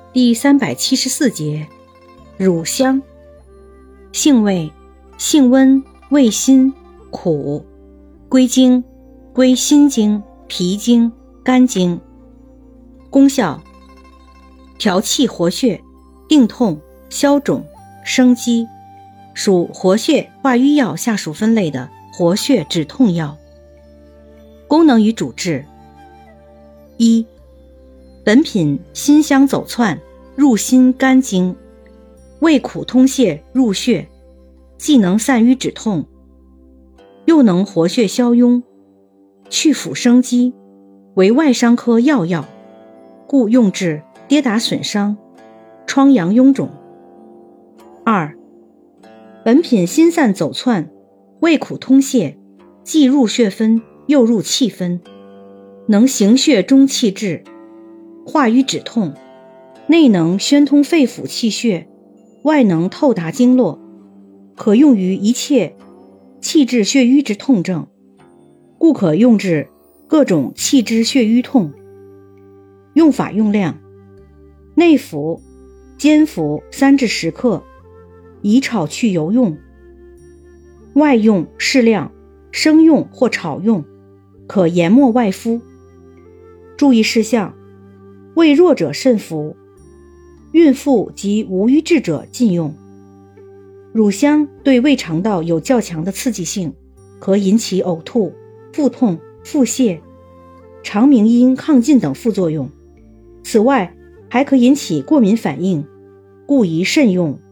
第374节，乳香。性味：性温，味辛，苦，归经：归心经、脾经、肝经。功效：调气活血，定痛，消肿，生肌，属活血化瘀药下属分类的活血止痛药。功能与主治：一、本品辛香走窜，入心肝经，味苦通泄入血，既能散瘀止痛，又能活血消痈，去腐生肌，为外伤科要药，故用治跌打损伤、疮疡臃肿。二、本品辛散走窜，味苦通泄，既入血分又入气分，能行血中气滞，化瘀止痛，内能宣通肺腑气血，外能透达经络，可用于一切气滞血瘀之痛症，故可用治各种气滞血瘀痛。用法用量：内服、煎服3至10克，以炒去油用；外用适量，生用或炒用，可研末外敷。注意事项：胃弱者慎服，孕妇及无瘀滞者禁用。乳香对胃肠道有较强的刺激性，可引起呕吐、腹痛、腹泻、肠鸣音、亢进等副作用。此外，还可引起过敏反应，故宜慎用。